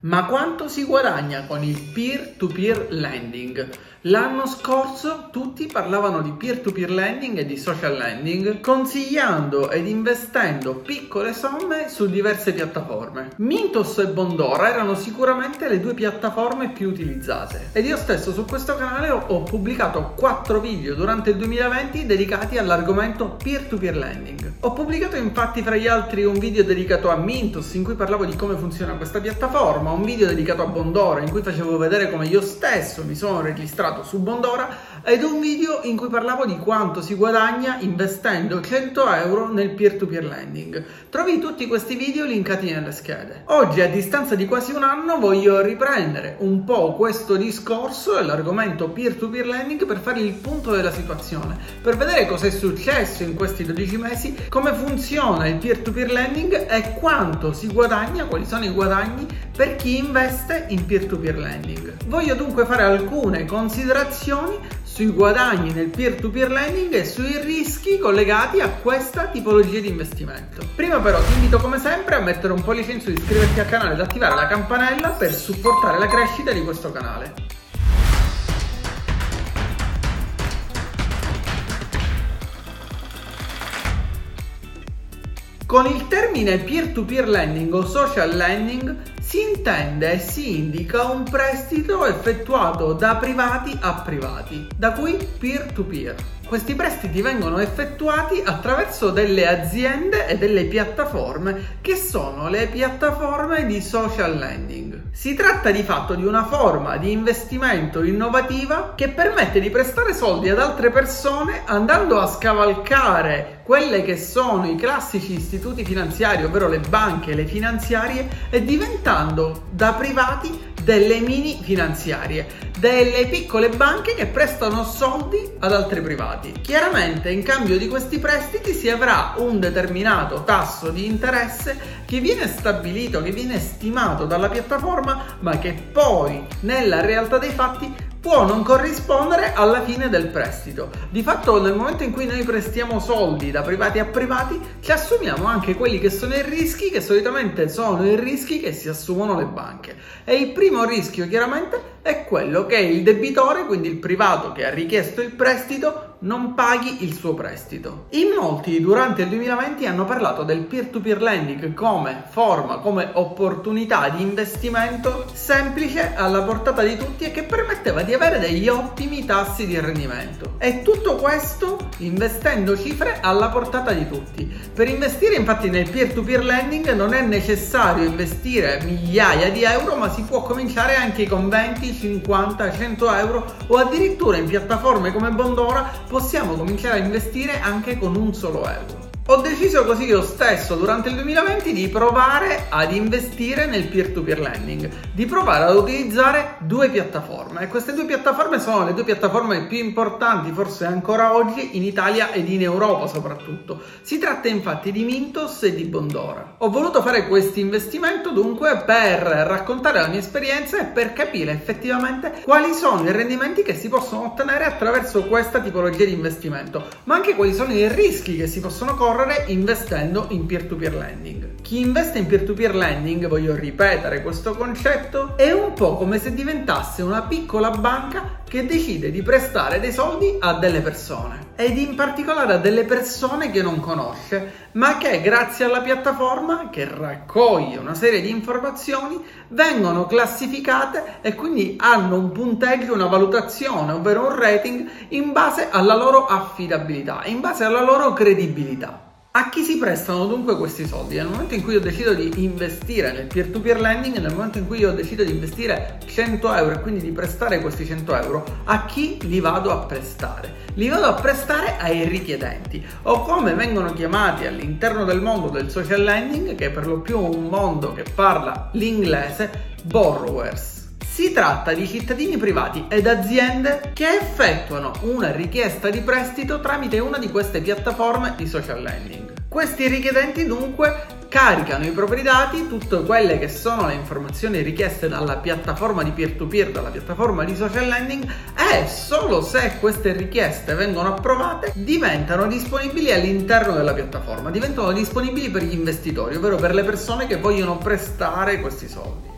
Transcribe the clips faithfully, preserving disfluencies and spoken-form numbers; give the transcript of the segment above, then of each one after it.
Ma quanto si guadagna con il peer-to-peer lending? L'anno scorso tutti parlavano di peer-to-peer lending e di social lending, consigliando ed investendo piccole somme su diverse piattaforme. Mintos e Bondora erano sicuramente le due piattaforme più utilizzate ed io stesso su questo canale ho, ho pubblicato quattro video durante il duemilaventi dedicati all'argomento peer-to-peer lending. Ho pubblicato infatti fra gli altri un video dedicato a Mintos in cui parlavo di come funziona questa piattaforma, un video dedicato a Bondora in cui facevo vedere come io stesso mi sono registrato su Bondora ed un video in cui parlavo di quanto si guadagna investendo cento euro nel peer-to-peer lending. Trovi tutti questi video linkati nelle schede. Oggi, a distanza di quasi un anno, voglio riprendere un po' questo discorso e l'argomento peer-to-peer lending per fare il punto della situazione, per vedere cosa è successo in questi dodici mesi, come funziona il peer-to-peer lending e quanto si guadagna, quali sono i guadagni per chi investe in peer-to-peer lending. Voglio dunque fare alcune considerazioni sui guadagni nel peer-to-peer lending e sui rischi collegati a questa tipologia di investimento. Prima però ti invito come sempre a mettere un pollice in su, iscriverti al canale ed attivare la campanella per supportare la crescita di questo canale. Con il termine peer-to-peer lending o social lending si intende e si indica un prestito effettuato da privati a privati, da cui peer-to-peer. Questi prestiti vengono effettuati attraverso delle aziende e delle piattaforme che sono le piattaforme di social lending. Si tratta di fatto di una forma di investimento innovativa che permette di prestare soldi ad altre persone andando a scavalcare quelle che sono i classici istituti finanziari, ovvero le banche e le finanziarie, e diventando da privati delle mini finanziarie, delle piccole banche che prestano soldi ad altri privati. Chiaramente in cambio di questi prestiti si avrà un determinato tasso di interesse che viene stabilito, che viene stimato dalla piattaforma, ma che poi nella realtà dei fatti può non corrispondere alla fine del prestito. Di fatto, nel momento in cui noi prestiamo soldi da privati a privati, ci assumiamo anche quelli che sono i rischi, che solitamente sono i rischi che si assumono le banche. E il primo rischio, chiaramente, è quello che il debitore, quindi il privato che ha richiesto il prestito, non paghi il suo prestito. In molti durante il duemilaventi hanno parlato del peer-to-peer lending come forma, come opportunità di investimento semplice, alla portata di tutti e che permetteva di avere degli ottimi tassi di rendimento. E tutto questo investendo cifre alla portata di tutti. Per investire infatti nel peer-to-peer lending non è necessario investire migliaia di euro, ma si può cominciare anche con venti, cinquanta, cento euro, o addirittura in piattaforme come Bondora possiamo cominciare a investire anche con un solo euro. Ho deciso così io stesso durante il duemilaventi di provare ad investire nel peer-to-peer lending, di provare ad utilizzare due piattaforme, e queste due piattaforme sono le due piattaforme più importanti forse ancora oggi in Italia ed in Europa soprattutto. Si tratta infatti di Mintos e di Bondora. Ho voluto fare questo investimento dunque per raccontare la mia esperienza e per capire effettivamente quali sono i rendimenti che si possono ottenere attraverso questa tipologia di investimento, ma anche quali sono i rischi che si possono correre investendo in peer-to-peer lending. Chi investe in peer-to-peer lending, voglio ripetere questo concetto, è un po' come se diventasse una piccola banca che decide di prestare dei soldi a delle persone, ed in particolare a delle persone che non conosce, ma che grazie alla piattaforma, che raccoglie una serie di informazioni, vengono classificate e quindi hanno un punteggio, una valutazione, ovvero un rating in base alla loro affidabilità, in base alla loro credibilità. A chi si prestano dunque questi soldi? Nel momento in cui io decido di investire nel peer-to-peer lending, nel momento in cui io decido di investire cento euro e quindi di prestare questi cento euro, a chi li vado a prestare? Li vado a prestare ai richiedenti, o come vengono chiamati all'interno del mondo del social lending, che è per lo più un mondo che parla l'inglese, borrowers. Si tratta di cittadini privati ed aziende che effettuano una richiesta di prestito tramite una di queste piattaforme di social lending. Questi richiedenti dunque caricano i propri dati, tutte quelle che sono le informazioni richieste dalla piattaforma di peer-to-peer, dalla piattaforma di social lending, e solo se queste richieste vengono approvate diventano disponibili all'interno della piattaforma, diventano disponibili per gli investitori, ovvero per le persone che vogliono prestare questi soldi.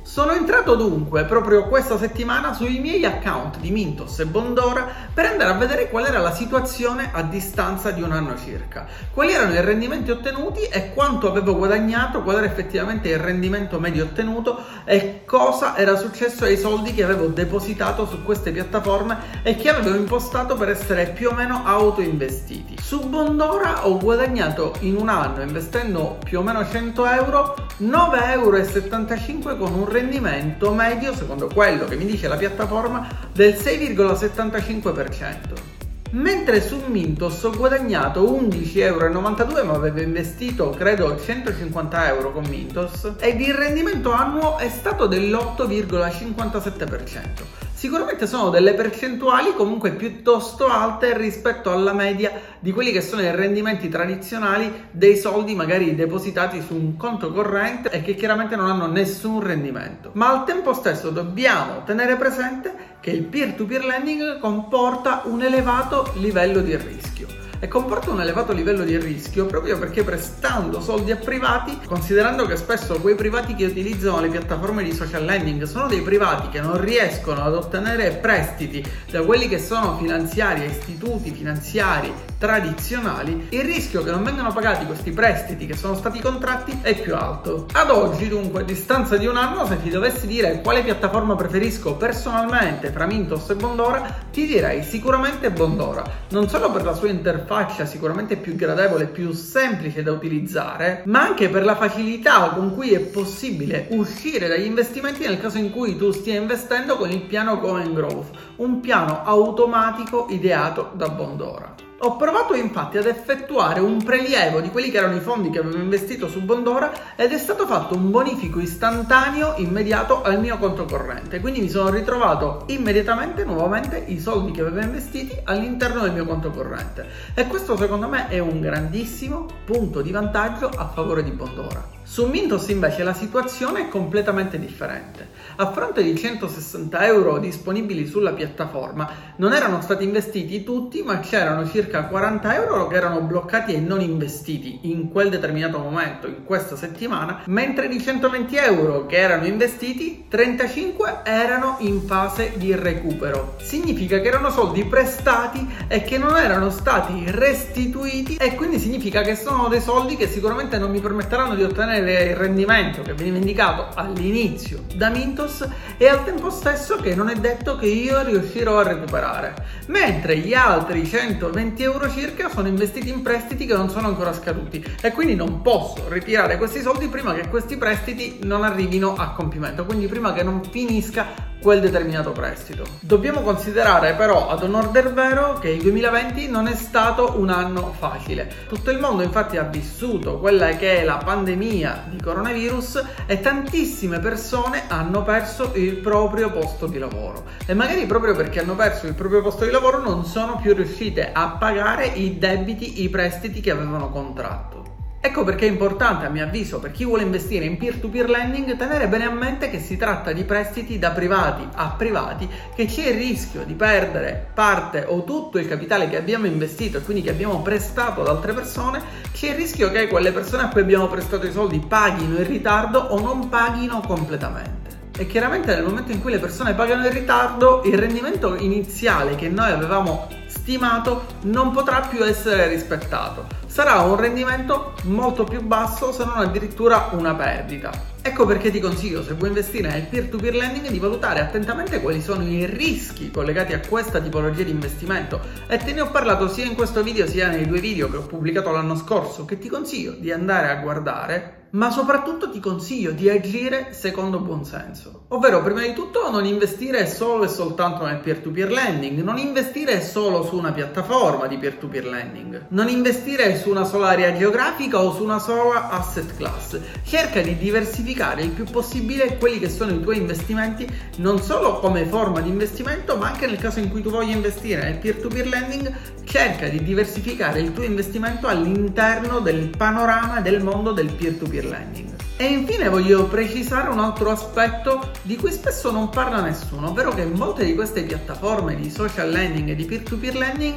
Sono entrato dunque proprio questa settimana sui miei account di Mintos e Bondora per andare a vedere qual era la situazione a distanza di un anno circa, quali erano i rendimenti ottenuti e quanto avevo guadagnato, qual era effettivamente il rendimento medio ottenuto e cosa era successo ai soldi che avevo depositato su queste piattaforme e che avevo impostato per essere più o meno autoinvestiti. Su Bondora ho guadagnato in un anno, investendo più o meno cento euro, nove virgola settantacinque euro con un rendimento medio, secondo quello che mi dice la piattaforma, del sei virgola settantacinque per cento. Mentre su Mintos ho guadagnato undici virgola novantadue euro, ma avevo investito credo centocinquanta euro con Mintos, ed il rendimento annuo è stato dell'otto virgola cinquantasette per cento. Sicuramente sono delle percentuali comunque piuttosto alte rispetto alla media di quelli che sono i rendimenti tradizionali dei soldi magari depositati su un conto corrente e che chiaramente non hanno nessun rendimento. Ma al tempo stesso dobbiamo tenere presente che il peer-to-peer lending comporta un elevato livello di rischio. E comporta un elevato livello di rischio proprio perché prestando soldi a privati, considerando che spesso quei privati che utilizzano le piattaforme di social lending sono dei privati che non riescono ad ottenere prestiti da quelli che sono finanziari e istituti finanziari tradizionali, il rischio che non vengano pagati questi prestiti che sono stati contratti è più alto. Ad oggi dunque, a distanza di un anno, se ti dovessi dire quale piattaforma preferisco personalmente fra Mintos e Bondora, ti direi sicuramente Bondora, non solo per la sua interfaccia sicuramente più gradevole, più semplice da utilizzare, ma anche per la facilità con cui è possibile uscire dagli investimenti nel caso in cui tu stia investendo con il piano Go and Growth, un piano automatico ideato da Bondora. Ho provato infatti ad effettuare un prelievo di quelli che erano i fondi che avevo investito su Bondora ed è stato fatto un bonifico istantaneo immediato al mio conto corrente, quindi mi sono ritrovato immediatamente nuovamente i soldi che avevo investiti all'interno del mio conto corrente e questo secondo me è un grandissimo punto di vantaggio a favore di Bondora. Su Mintos invece la situazione è completamente differente. A fronte di centosessanta euro disponibili sulla piattaforma non erano stati investiti tutti, ma c'erano circa quaranta euro che erano bloccati e non investiti in quel determinato momento, in questa settimana, mentre di centoventi euro che erano investiti, trentacinque erano in fase di recupero. Significa che erano soldi prestati e che non erano stati restituiti e quindi significa che sono dei soldi che sicuramente non mi permetteranno di ottenere il rendimento che veniva indicato all'inizio da Mintos e al tempo stesso che non è detto che io riuscirò a recuperare, mentre gli altri centoventi euro circa sono investiti in prestiti che non sono ancora scaduti e quindi non posso ritirare questi soldi prima che questi prestiti non arrivino a compimento, quindi prima che non finisca quel determinato prestito. Dobbiamo considerare però ad onor del vero che il duemilaventi non è stato un anno facile. Tutto il mondo infatti ha vissuto quella che è la pandemia di coronavirus e tantissime persone hanno perso il proprio posto di lavoro e magari proprio perché hanno perso il proprio posto di lavoro non sono più riuscite a pagare i debiti, i prestiti che avevano contratto. Ecco perché è importante, a mio avviso, per chi vuole investire in peer-to-peer lending, tenere bene a mente che si tratta di prestiti da privati a privati, che c'è il rischio di perdere parte o tutto il capitale che abbiamo investito e quindi che abbiamo prestato ad altre persone, c'è il rischio che quelle persone a cui abbiamo prestato i soldi paghino in ritardo o non paghino completamente. E chiaramente nel momento in cui le persone pagano in ritardo, il rendimento iniziale che noi avevamo stimato non potrà più essere rispettato. Sarà un rendimento molto più basso, se non addirittura una perdita. Ecco perché ti consiglio, se vuoi investire nel peer-to-peer lending, di valutare attentamente quali sono i rischi collegati a questa tipologia di investimento e te ne ho parlato sia in questo video sia nei due video che ho pubblicato l'anno scorso che ti consiglio di andare a guardare, ma soprattutto ti consiglio di agire secondo buon senso. Ovvero, prima di tutto, non investire solo e soltanto nel peer-to-peer lending, non investire solo su una piattaforma di peer-to-peer lending, non investire su una sola area geografica o su una sola asset class. Cerca di diversificare il più possibile quelli che sono i tuoi investimenti, non solo come forma di investimento, ma anche nel caso in cui tu voglia investire nel peer-to-peer lending, cerca di diversificare il tuo investimento all'interno del panorama del mondo del peer-to-peer lending. E infine voglio precisare un altro aspetto di cui spesso non parla nessuno, ovvero che molte di queste piattaforme di social lending e di peer-to-peer lending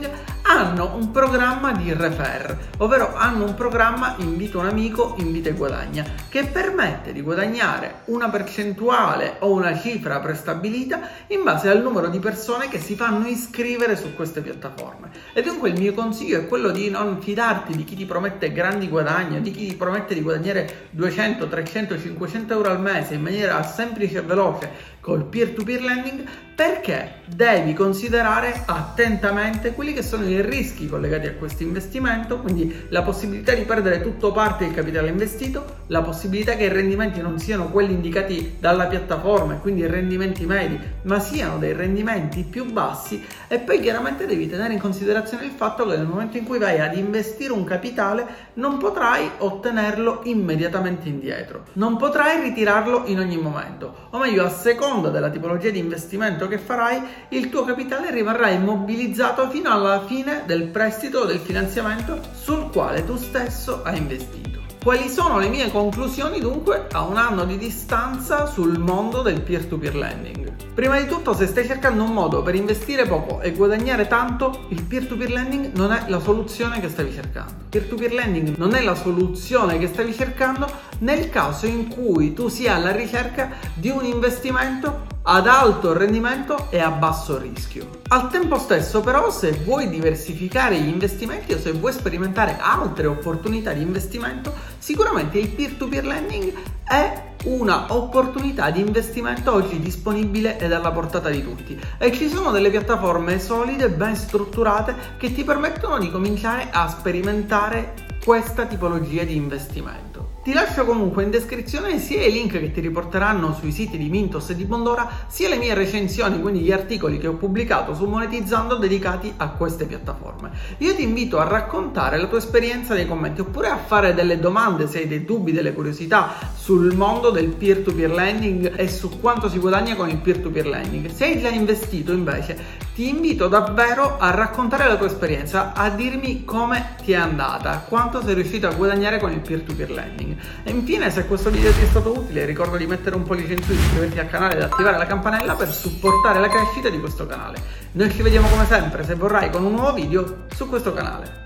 hanno un programma di refer, ovvero hanno un programma invita un amico, invita e guadagna, che permette di guadagnare una percentuale o una cifra prestabilita in base al numero di persone che si fanno iscrivere su queste piattaforme. E dunque il mio consiglio è quello di non fidarti di chi ti promette grandi guadagni, di chi ti promette di guadagnare duecento, trecento, cinquecento euro al mese in maniera semplice e veloce col peer-to-peer lending, perché devi considerare attentamente quelli che sono i rischi collegati a questo investimento, quindi la possibilità di perdere tutto o parte del capitale investito, la possibilità che i rendimenti non siano quelli indicati dalla piattaforma e quindi i rendimenti medi, ma siano dei rendimenti più bassi, e poi chiaramente devi tenere in considerazione il fatto che nel momento in cui vai ad investire un capitale non potrai ottenerlo immediatamente indietro, non potrai ritirarlo in ogni momento, o meglio, a seconda della tipologia di investimento che farai, il tuo capitale rimarrà immobilizzato fino alla fine del prestito o del finanziamento sul quale tu stesso hai investito. Quali sono le mie conclusioni dunque a un anno di distanza sul mondo del peer-to-peer lending? Prima di tutto, se stai cercando un modo per investire poco e guadagnare tanto, il peer-to-peer lending non è la soluzione che stavi cercando. Il peer-to-peer lending non è la soluzione che stavi cercando nel caso in cui tu sia alla ricerca di un investimento ad alto rendimento e a basso rischio. Al tempo stesso però, se vuoi diversificare gli investimenti o se vuoi sperimentare altre opportunità di investimento, sicuramente il peer-to-peer lending è una opportunità di investimento oggi disponibile ed alla portata di tutti, e ci sono delle piattaforme solide, ben strutturate, che ti permettono di cominciare a sperimentare questa tipologia di investimento. Ti lascio comunque in descrizione sia i link che ti riporteranno sui siti di Mintos e di Bondora, sia le mie recensioni, quindi gli articoli che ho pubblicato su Monetizzando dedicati a queste piattaforme. Io ti invito a raccontare la tua esperienza nei commenti, oppure a fare delle domande se hai dei dubbi, delle curiosità sul mondo del peer-to-peer lending e su quanto si guadagna con il peer-to-peer lending. Se hai già investito invece, ti invito davvero a raccontare la tua esperienza, a dirmi come ti è andata, quanto sei riuscito a guadagnare con il peer-to-peer lending. E infine, se questo video ti è stato utile, ricorda di mettere un pollice in su, iscriverti al canale ed attivare la campanella per supportare la crescita di questo canale. Noi ci vediamo come sempre, se vorrai, con un nuovo video su questo canale.